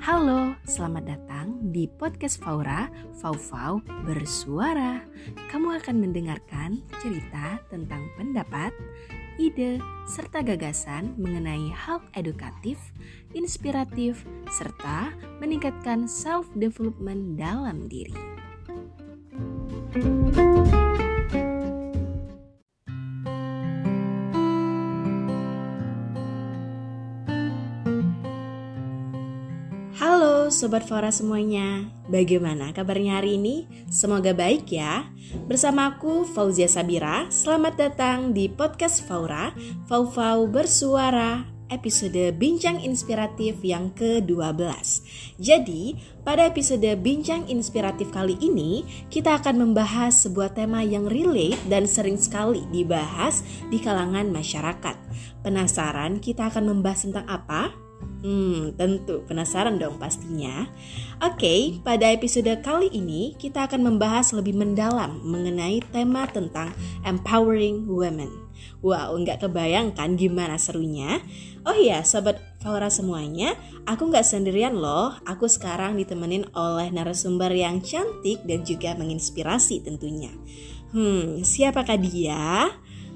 Halo, selamat datang di podcast Faura, Fau bersuara. Kamu akan mendengarkan cerita tentang pendapat, ide, serta gagasan mengenai hal edukatif, inspiratif, serta meningkatkan self-development dalam diri. Halo Sobat Faura semuanya, bagaimana kabarnya hari ini? Semoga baik ya. Bersama aku Fauzia Sabira, selamat datang di podcast Faura, Fau bersuara, episode Bincang Inspiratif yang ke-12. Jadi, pada episode Bincang Inspiratif kali ini, kita akan membahas sebuah tema yang relate dan sering sekali dibahas di kalangan masyarakat. Penasaran kita akan membahas tentang apa? Tentu penasaran dong pastinya. Oke, pada episode kali ini kita akan membahas lebih mendalam mengenai tema tentang empowering women. Wow, nggak kebayangkan gimana serunya? Oh iya, Sobat Faura semuanya, aku nggak sendirian loh. Aku sekarang ditemenin oleh narasumber yang cantik dan juga menginspirasi tentunya. Siapakah dia?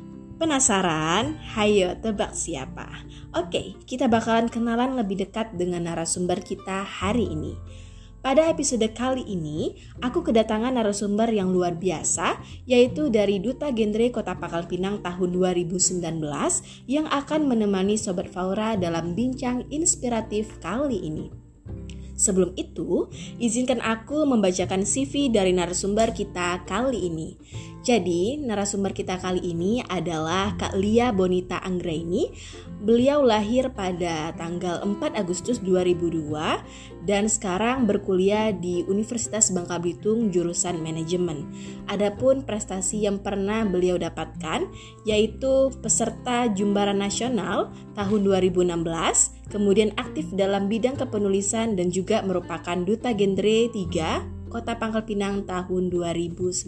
Penasaran? Hayo tebak siapa? Oke, kita bakalan kenalan lebih dekat dengan narasumber kita hari ini. Pada episode kali ini, aku kedatangan narasumber yang luar biasa, yaitu dari Duta Genre Kota Pangkal Pinang tahun 2019 yang akan menemani Sobat Faura dalam bincang inspiratif kali ini. Sebelum itu, izinkan aku membacakan CV dari narasumber kita kali ini. Jadi, narasumber kita kali ini adalah Kak Lia Bonita Anggraini. Beliau lahir pada tanggal 4 Agustus 2002 dan sekarang berkuliah di Universitas Bangka Belitung jurusan manajemen. Adapun prestasi yang pernah beliau dapatkan yaitu peserta Jumbara Nasional tahun 2016, kemudian aktif dalam bidang kepenulisan dan juga merupakan Duta Genre 3 Kota Pangkal Pinang tahun 2019.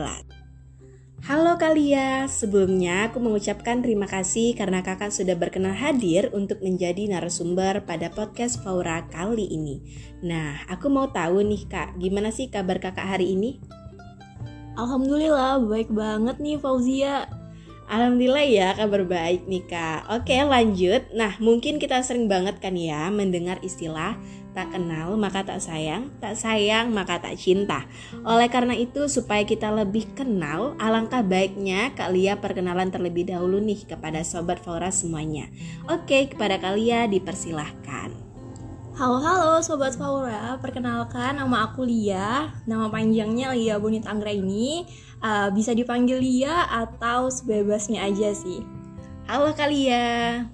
Halo Kak Lia, sebelumnya aku mengucapkan terima kasih karena kakak sudah berkenan hadir untuk menjadi narasumber pada podcast Faura kali ini. Nah, aku mau tahu nih Kak, gimana sih kabar kakak hari ini? Alhamdulillah, baik banget nih Fauzia. Alhamdulillah ya, kabar baik nih Kak. Oke, lanjut. Nah, mungkin kita sering banget kan ya mendengar istilah tak kenal maka tak sayang maka tak cinta. Oleh karena itu, supaya kita lebih kenal, alangkah baiknya Kak Lia perkenalan terlebih dahulu nih kepada Sobat Faura semuanya. Oke, kepada Kak Lia dipersilahkan. Halo Sobat Faura, perkenalkan nama aku Lia. Nama panjangnya Lia Bonita Anggraini. Bisa dipanggil Lia atau sebebasnya aja sih. Halo Kak Lia.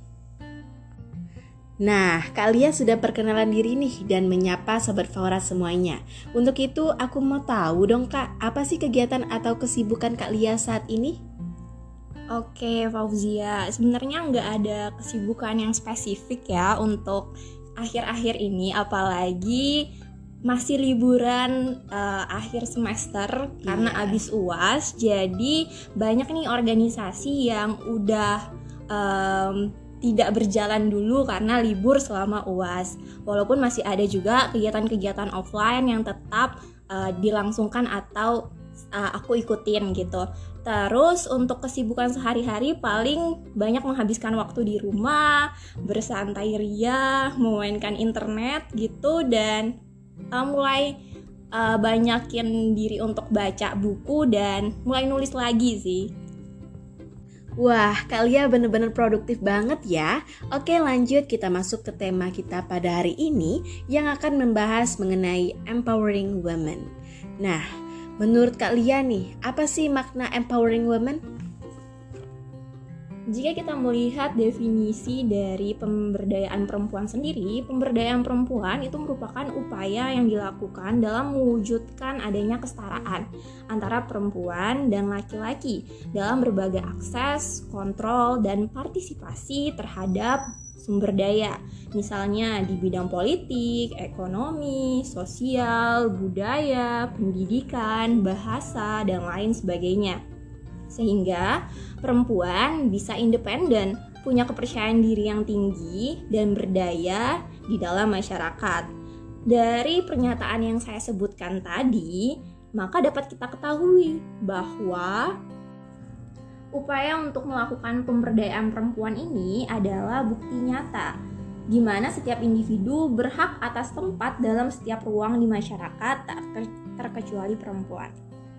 Nah, Kak Lia sudah perkenalan diri nih dan menyapa Sobat Faura semuanya. Untuk itu aku mau tahu dong Kak, apa sih kegiatan atau kesibukan Kak Lia saat ini? Oke Fauzia, sebenarnya nggak ada kesibukan yang spesifik ya untuk akhir-akhir ini, apalagi masih liburan akhir semester karena abis UAS. Jadi banyak nih organisasi yang udah tidak berjalan dulu karena libur selama UAS. Walaupun masih ada juga kegiatan-kegiatan offline yang tetap dilangsungkan atau aku ikutin gitu. Terus untuk kesibukan sehari-hari paling banyak menghabiskan waktu di rumah, bersantai ria, memainkan internet gitu, dan mulai banyakin diri untuk baca buku dan mulai nulis lagi sih. Wah, Kak Lia bener-bener produktif banget ya. Oke, lanjut kita masuk ke tema kita pada hari ini yang akan membahas mengenai empowering women. Nah, menurut Kak Lia nih, apa sih makna empowering women? Jika kita melihat definisi dari pemberdayaan perempuan sendiri, pemberdayaan perempuan itu merupakan upaya yang dilakukan dalam mewujudkan adanya kesetaraan antara perempuan dan laki-laki dalam berbagai akses, kontrol, dan partisipasi terhadap sumber daya. Misalnya di bidang politik, ekonomi, sosial, budaya, pendidikan, bahasa, dan lain sebagainya. Sehingga perempuan bisa independen, punya kepercayaan diri yang tinggi dan berdaya di dalam masyarakat. Dari pernyataan yang saya sebutkan tadi, maka dapat kita ketahui bahwa upaya untuk melakukan pemberdayaan perempuan ini adalah bukti nyata, di mana setiap individu berhak atas tempat dalam setiap ruang di masyarakat, tak terkecuali perempuan.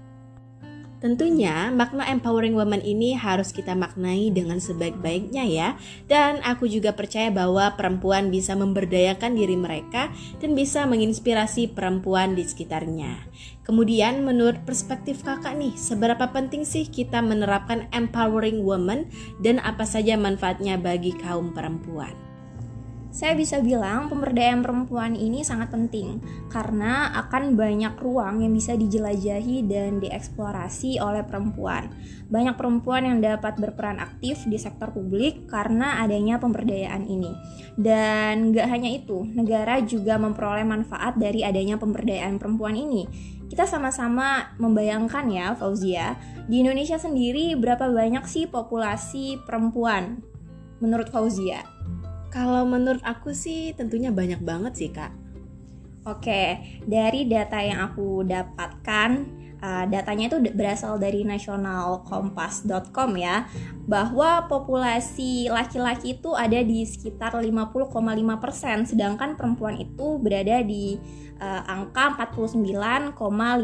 Tentunya makna empowering women ini harus kita maknai dengan sebaik-baiknya ya. Dan aku juga percaya bahwa perempuan bisa memberdayakan diri mereka dan bisa menginspirasi perempuan di sekitarnya. Kemudian menurut perspektif kakak nih, seberapa penting sih kita menerapkan empowering women dan apa saja manfaatnya bagi kaum perempuan? Saya bisa bilang pemberdayaan perempuan ini sangat penting karena akan banyak ruang yang bisa dijelajahi dan dieksplorasi oleh perempuan. Banyak perempuan yang dapat berperan aktif di sektor publik karena adanya pemberdayaan ini. Dan gak hanya itu, negara juga memperoleh manfaat dari adanya pemberdayaan perempuan ini. Kita sama-sama membayangkan ya Fauzia, di Indonesia sendiri berapa banyak sih populasi perempuan menurut Fauzia? Kalau menurut aku sih tentunya banyak banget sih kak. Oke, dari data yang aku dapatkan, datanya itu berasal dari nationalkompas.com ya, bahwa populasi laki-laki itu ada di sekitar 50,5%, sedangkan perempuan itu berada di angka 49,5%.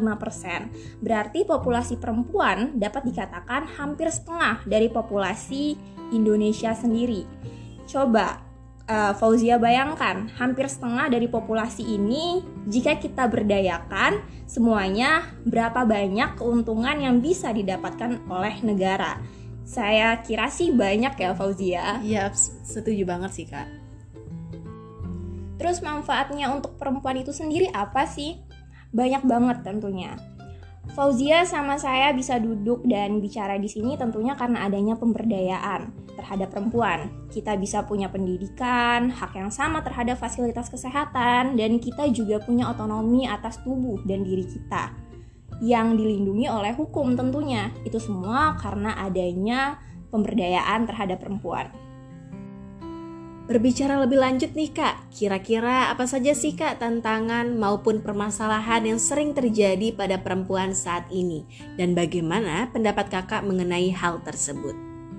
Berarti populasi perempuan dapat dikatakan hampir setengah dari populasi Indonesia sendiri. Coba Fauzia bayangkan, hampir setengah dari populasi ini jika kita berdayakan semuanya, berapa banyak keuntungan yang bisa didapatkan oleh negara. Saya kira sih banyak ya Fauzia. Iya, setuju banget sih kak. Terus manfaatnya untuk perempuan itu sendiri apa sih? Banyak banget tentunya. Fauzia sama saya bisa duduk dan bicara di sini tentunya karena adanya pemberdayaan terhadap perempuan. Kita bisa punya pendidikan, hak yang sama terhadap fasilitas kesehatan, dan kita juga punya otonomi atas tubuh dan diri kita yang dilindungi oleh hukum tentunya. Itu semua karena adanya pemberdayaan terhadap perempuan. Berbicara lebih lanjut nih kak, kira-kira apa saja sih kak tantangan maupun permasalahan yang sering terjadi pada perempuan saat ini? Dan bagaimana pendapat kakak mengenai hal tersebut?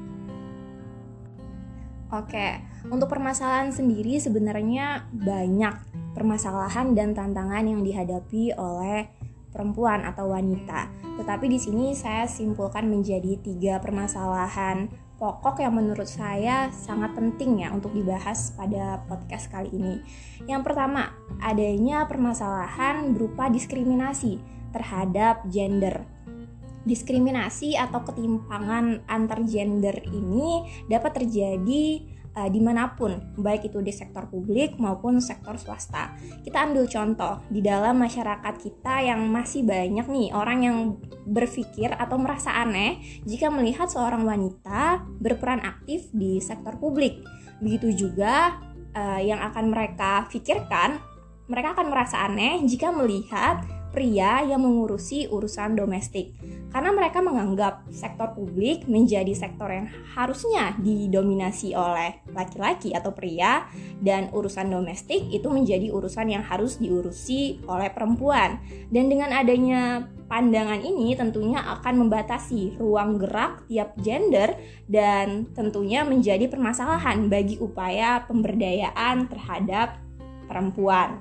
Oke, untuk permasalahan sendiri sebenarnya banyak permasalahan dan tantangan yang dihadapi oleh perempuan atau wanita. Tetapi di sini saya simpulkan menjadi 3 permasalahan pokok yang menurut saya sangat penting ya untuk dibahas pada podcast kali ini. Yang pertama, adanya permasalahan berupa diskriminasi terhadap gender. Diskriminasi atau ketimpangan antar gender ini dapat terjadi dimanapun, baik itu di sektor publik maupun sektor swasta. Kita ambil contoh, di dalam masyarakat kita yang masih banyak nih orang yang berpikir atau merasa aneh jika melihat seorang wanita berperan aktif di sektor publik. Begitu juga yang akan mereka pikirkan, mereka akan merasa aneh jika melihat pria yang mengurusi urusan domestik. Karena mereka menganggap sektor publik menjadi sektor yang harusnya didominasi oleh laki-laki atau pria, dan urusan domestik itu menjadi urusan yang harus diurusi oleh perempuan. Dan dengan adanya pandangan ini tentunya akan membatasi ruang gerak tiap gender dan tentunya menjadi permasalahan bagi upaya pemberdayaan terhadap perempuan.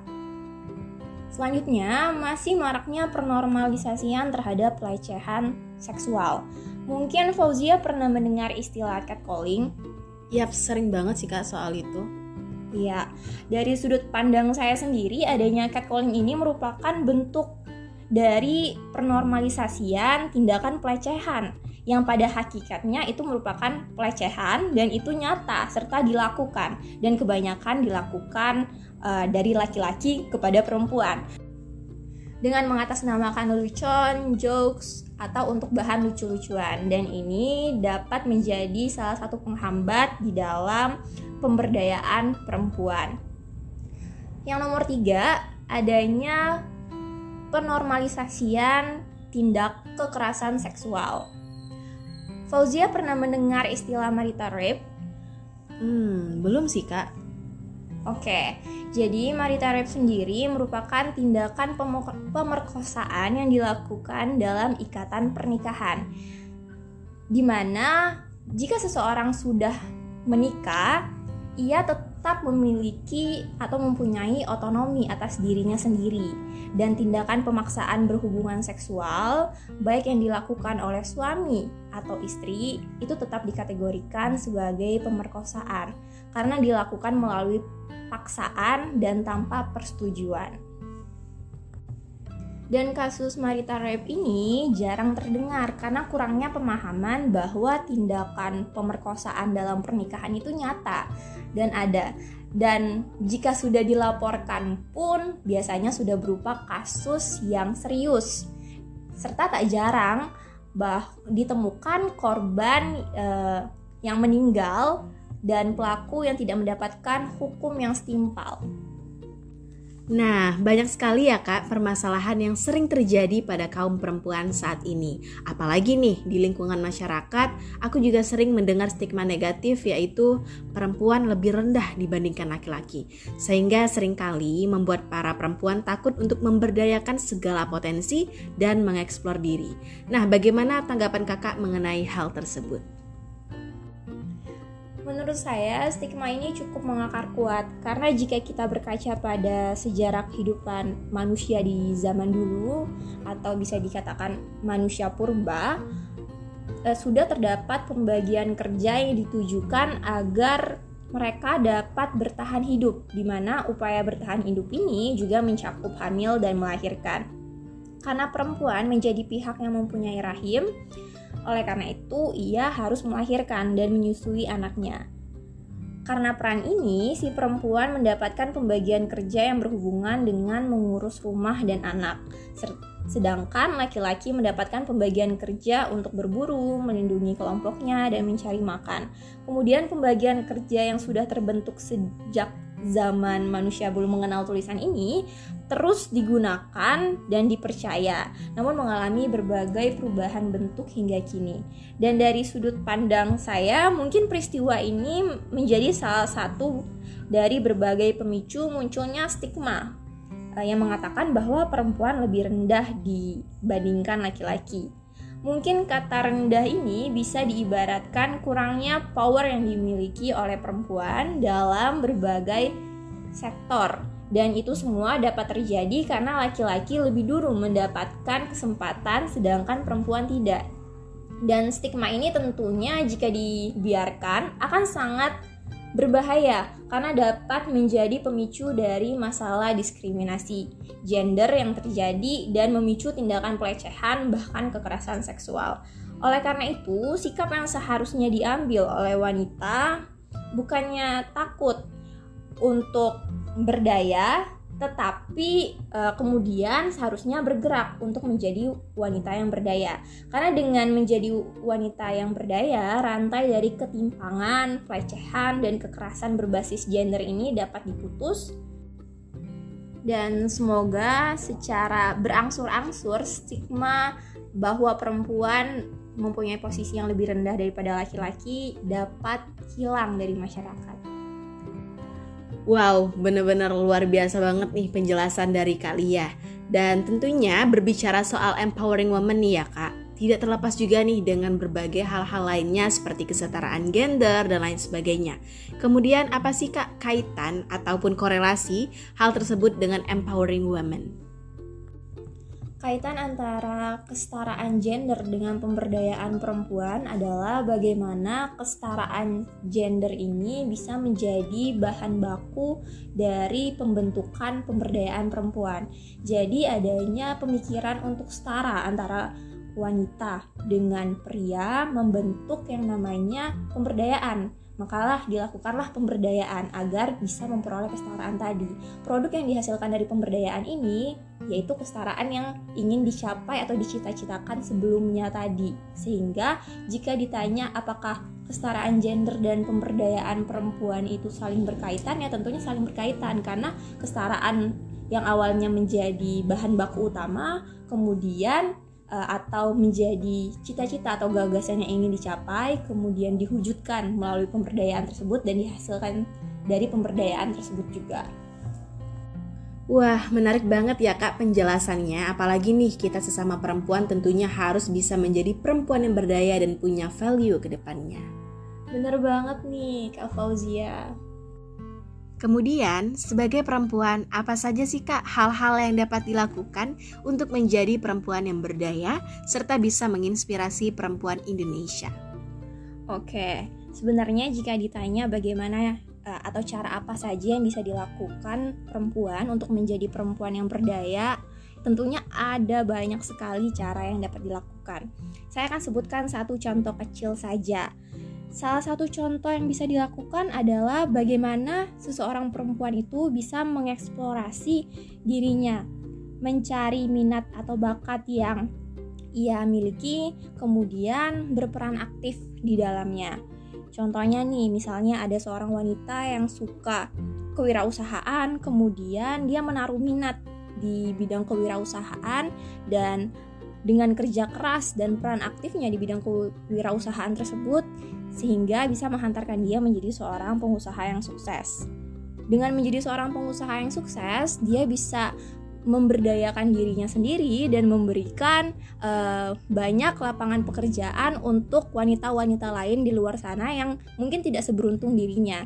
Selanjutnya, masih maraknya penormalisasian terhadap pelecehan seksual. Mungkin Fauzia pernah mendengar istilah catcalling? Yap, sering banget sih kak soal itu. Ya, dari sudut pandang saya sendiri, adanya catcalling ini merupakan bentuk dari penormalisasian tindakan pelecehan yang pada hakikatnya itu merupakan pelecehan dan itu nyata serta dilakukan, dan kebanyakan dilakukan dari laki-laki kepada perempuan dengan mengatasnamakan lelucon, jokes, atau untuk bahan lucu-lucuan, dan ini dapat menjadi salah satu penghambat di dalam pemberdayaan perempuan. Yang nomor 3, adanya penormalisasian tindak kekerasan seksual. Fauzia pernah mendengar istilah marital rape? Belum sih kak. Oke, jadi marital rape sendiri merupakan tindakan pemerkosaan yang dilakukan dalam ikatan pernikahan, di mana jika seseorang sudah menikah, ia tetap memiliki atau mempunyai otonomi atas dirinya sendiri, dan tindakan pemaksaan berhubungan seksual baik yang dilakukan oleh suami atau istri itu tetap dikategorikan sebagai pemerkosaan karena dilakukan melalui paksaan dan tanpa persetujuan. Dan kasus marital rape ini jarang terdengar karena kurangnya pemahaman bahwa tindakan pemerkosaan dalam pernikahan itu nyata dan ada. Dan jika sudah dilaporkan pun biasanya sudah berupa kasus yang serius. Serta tak jarang ditemukan korban yang meninggal dan pelaku yang tidak mendapatkan hukum yang setimpal. Nah, banyak sekali ya Kak permasalahan yang sering terjadi pada kaum perempuan saat ini. Apalagi nih di lingkungan masyarakat, aku juga sering mendengar stigma negatif yaitu perempuan lebih rendah dibandingkan laki-laki. Sehingga seringkali membuat para perempuan takut untuk memberdayakan segala potensi dan mengeksplor diri. Nah, bagaimana tanggapan Kakak mengenai hal tersebut? Menurut saya, stigma ini cukup mengakar kuat karena jika kita berkaca pada sejarah kehidupan manusia di zaman dulu atau bisa dikatakan manusia purba, sudah terdapat pembagian kerja yang ditujukan agar mereka dapat bertahan hidup, di mana upaya bertahan hidup ini juga mencakup hamil dan melahirkan. Karena perempuan menjadi pihak yang mempunyai rahim, oleh karena itu, ia harus melahirkan dan menyusui anaknya. Karena peran ini, si perempuan mendapatkan pembagian kerja yang berhubungan dengan mengurus rumah dan anak. Sedangkan laki-laki mendapatkan pembagian kerja untuk berburu, melindungi kelompoknya, dan mencari makan. Kemudian pembagian kerja yang sudah terbentuk sejak zaman manusia belum mengenal tulisan ini terus digunakan dan dipercaya, namun mengalami berbagai perubahan bentuk hingga kini. Dan dari sudut pandang saya, mungkin peristiwa ini menjadi salah satu dari berbagai pemicu munculnya stigma yang mengatakan bahwa perempuan lebih rendah dibandingkan laki-laki. Mungkin kata rendah ini bisa diibaratkan kurangnya power yang dimiliki oleh perempuan dalam berbagai sektor. Dan itu semua dapat terjadi karena laki-laki lebih dulu mendapatkan kesempatan sedangkan perempuan tidak. Dan stigma ini tentunya jika dibiarkan akan sangat berbahaya karena dapat menjadi pemicu dari masalah diskriminasi gender yang terjadi dan memicu tindakan pelecehan bahkan kekerasan seksual. Oleh karena itu, sikap yang seharusnya diambil oleh wanita bukannya takut untuk berdaya, tetapi kemudian seharusnya bergerak untuk menjadi wanita yang berdaya. Karena dengan menjadi wanita yang berdaya, rantai dari ketimpangan, pelecehan, dan kekerasan berbasis gender ini dapat diputus. Dan semoga secara berangsur-angsur stigma bahwa perempuan mempunyai posisi yang lebih rendah daripada laki-laki dapat hilang dari masyarakat. Wow, benar-benar luar biasa banget nih penjelasan dari Kak Lia. Dan tentunya berbicara soal empowering women nih ya Kak, tidak terlepas juga nih dengan berbagai hal-hal lainnya seperti kesetaraan gender dan lain sebagainya. Kemudian apa sih Kak kaitan ataupun korelasi hal tersebut dengan empowering women? Kaitan antara kesetaraan gender dengan pemberdayaan perempuan adalah bagaimana kesetaraan gender ini bisa menjadi bahan baku dari pembentukan pemberdayaan perempuan. Jadi adanya pemikiran untuk setara antara wanita dengan pria membentuk yang namanya pemberdayaan. Makalah dilakukanlah pemberdayaan agar bisa memperoleh kesetaraan tadi. Produk yang dihasilkan dari pemberdayaan ini yaitu kesetaraan yang ingin dicapai atau dicita-citakan sebelumnya tadi. Sehingga jika ditanya apakah kesetaraan gender dan pemberdayaan perempuan itu saling berkaitan, ya tentunya saling berkaitan karena kesetaraan yang awalnya menjadi bahan baku utama kemudian atau menjadi cita-cita atau gagasan yang ingin dicapai kemudian diwujudkan melalui pemberdayaan tersebut dan dihasilkan dari pemberdayaan tersebut juga. Wah, menarik banget ya Kak penjelasannya. Apalagi nih kita sesama perempuan tentunya harus bisa menjadi perempuan yang berdaya dan punya value ke depannya. Bener banget nih Kak Fauzia. Kemudian, sebagai perempuan, apa saja sih Kak hal-hal yang dapat dilakukan untuk menjadi perempuan yang berdaya serta bisa menginspirasi perempuan Indonesia? Oke, sebenarnya jika ditanya bagaimana atau cara apa saja yang bisa dilakukan perempuan untuk menjadi perempuan yang berdaya, tentunya ada banyak sekali cara yang dapat dilakukan. Saya akan sebutkan satu contoh kecil saja. Salah satu contoh yang bisa dilakukan adalah bagaimana seseorang perempuan itu bisa mengeksplorasi dirinya, mencari minat atau bakat yang ia miliki, kemudian berperan aktif di dalamnya. Contohnya nih, misalnya ada seorang wanita yang suka kewirausahaan, kemudian dia menaruh minat di bidang kewirausahaan dan dengan kerja keras dan peran aktifnya di bidang kewirausahaan tersebut sehingga bisa menghantarkan dia menjadi seorang pengusaha yang sukses. Dengan menjadi seorang pengusaha yang sukses, dia bisa memberdayakan dirinya sendiri dan memberikan banyak lapangan pekerjaan untuk wanita-wanita lain di luar sana yang mungkin tidak seberuntung dirinya.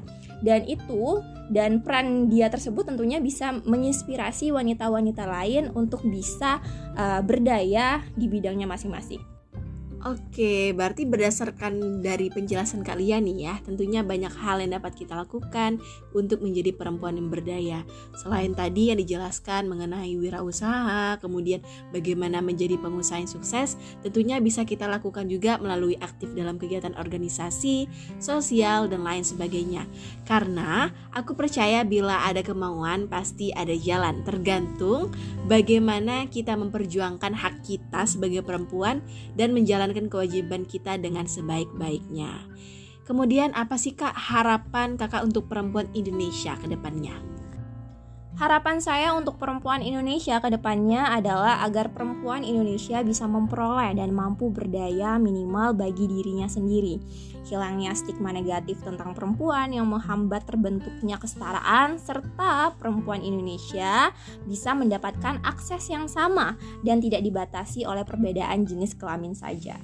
Dan peran dia tersebut tentunya bisa menginspirasi wanita-wanita lain untuk bisa berdaya di bidangnya masing-masing. Oke, berarti berdasarkan dari penjelasan kalian nih ya, tentunya banyak hal yang dapat kita lakukan untuk menjadi perempuan yang berdaya. Selain tadi yang dijelaskan mengenai wirausaha, kemudian bagaimana menjadi pengusaha yang sukses, tentunya bisa kita lakukan juga melalui aktif dalam kegiatan organisasi, sosial, dan lain sebagainya. Karena aku percaya bila ada kemauan, pasti ada jalan. Tergantung bagaimana kita memperjuangkan hak kita sebagai perempuan dan menjalankan kewajiban kita dengan sebaik-baiknya. Kemudian apa sih Kak harapan Kakak untuk perempuan Indonesia ke depannya? Harapan saya untuk perempuan Indonesia ke depannya adalah agar perempuan Indonesia bisa memperoleh dan mampu berdaya minimal bagi dirinya sendiri. Hilangnya stigma negatif tentang perempuan yang menghambat terbentuknya kesetaraan, serta perempuan Indonesia bisa mendapatkan akses yang sama dan tidak dibatasi oleh perbedaan jenis kelamin saja.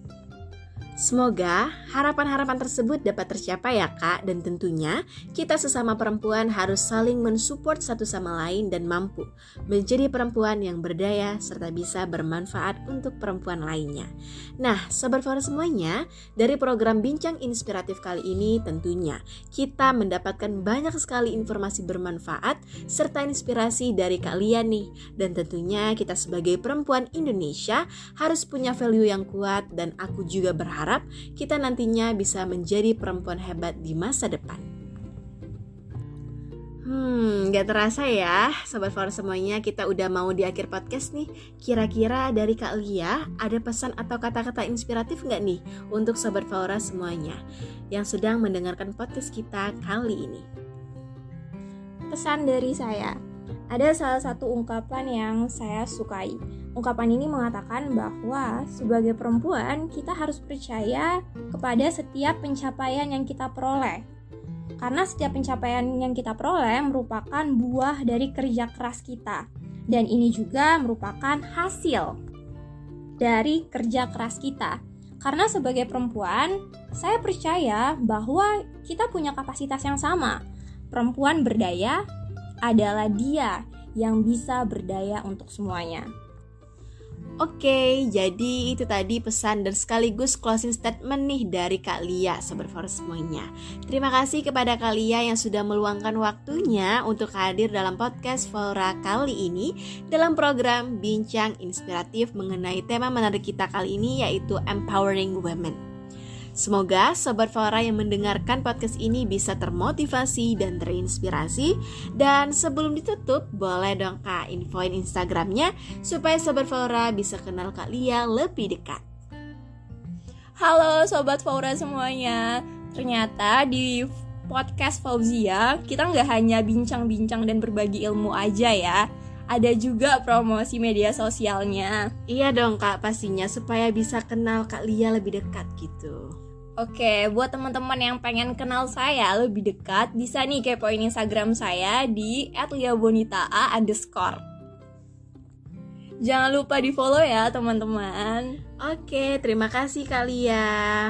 Semoga harapan-harapan tersebut dapat tercapai ya Kak, dan tentunya kita sesama perempuan harus saling mensupport satu sama lain dan mampu menjadi perempuan yang berdaya serta bisa bermanfaat untuk perempuan lainnya. Nah, Sobat Faura semuanya, dari program Bincang Inspiratif kali ini tentunya kita mendapatkan banyak sekali informasi bermanfaat serta inspirasi dari kalian nih. Dan tentunya kita sebagai perempuan Indonesia harus punya value yang kuat, dan aku juga berharap kita nantinya bisa menjadi perempuan hebat di masa depan. Gak terasa ya Sobat Faura semuanya, kita udah mau di akhir podcast nih. Kira-kira dari Kak Lia ada pesan atau kata-kata inspiratif gak nih untuk Sobat Faura semuanya yang sedang mendengarkan podcast kita kali ini? Pesan dari saya, ada salah satu ungkapan yang saya sukai. Ungkapan ini mengatakan bahwa sebagai perempuan kita harus percaya kepada setiap pencapaian yang kita peroleh. Karena setiap pencapaian yang kita peroleh merupakan buah dari kerja keras kita. Dan ini juga merupakan hasil dari kerja keras kita. Karena sebagai perempuan, saya percaya bahwa kita punya kapasitas yang sama. Perempuan berdaya adalah dia yang bisa berdaya untuk semuanya. Oke, jadi itu tadi pesan dan sekaligus closing statement nih dari Kak Lia, Sobat Faura semuanya. Terima kasih kepada Kak Lia yang sudah meluangkan waktunya untuk hadir dalam podcast Faura kali ini dalam program Bincang Inspiratif mengenai tema menarik kita kali ini, yaitu Empowering Women. Semoga Sobat Faura yang mendengarkan podcast ini bisa termotivasi dan terinspirasi. Dan sebelum ditutup, boleh dong Kak infoin Instagramnya supaya Sobat Faura bisa kenal Kak Lia lebih dekat. Halo Sobat Faura semuanya, ternyata di podcast Fauzia kita nggak hanya bincang-bincang dan berbagi ilmu aja ya, ada juga promosi media sosialnya. Iya dong Kak, pastinya supaya bisa kenal Kak Lia lebih dekat gitu. Oke, buat teman-teman yang pengen kenal saya lebih dekat, bisa nih kepoin Instagram saya di @liabonitaa_. Jangan lupa di follow ya teman-teman. Oke, terima kasih Kalia.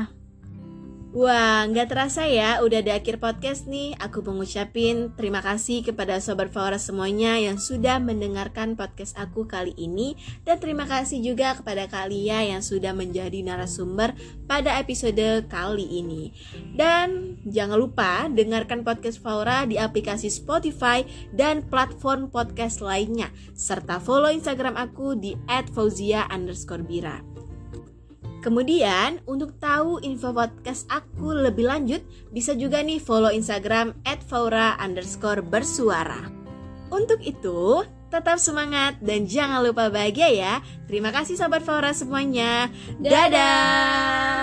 Wah, nggak terasa ya, udah di akhir podcast nih. Aku mengucapin terima kasih kepada Sobat Faura semuanya yang sudah mendengarkan podcast aku kali ini. Dan terima kasih juga kepada Kalia yang sudah menjadi narasumber pada episode kali ini. Dan jangan lupa dengarkan podcast Faura di aplikasi Spotify dan platform podcast lainnya. Serta follow Instagram aku di @fauzia_bira. Kemudian, untuk tahu info podcast aku lebih lanjut, bisa juga nih follow Instagram @faura_bersuara. Untuk itu, tetap semangat dan jangan lupa bahagia ya. Terima kasih Sobat Faura semuanya. Dadah!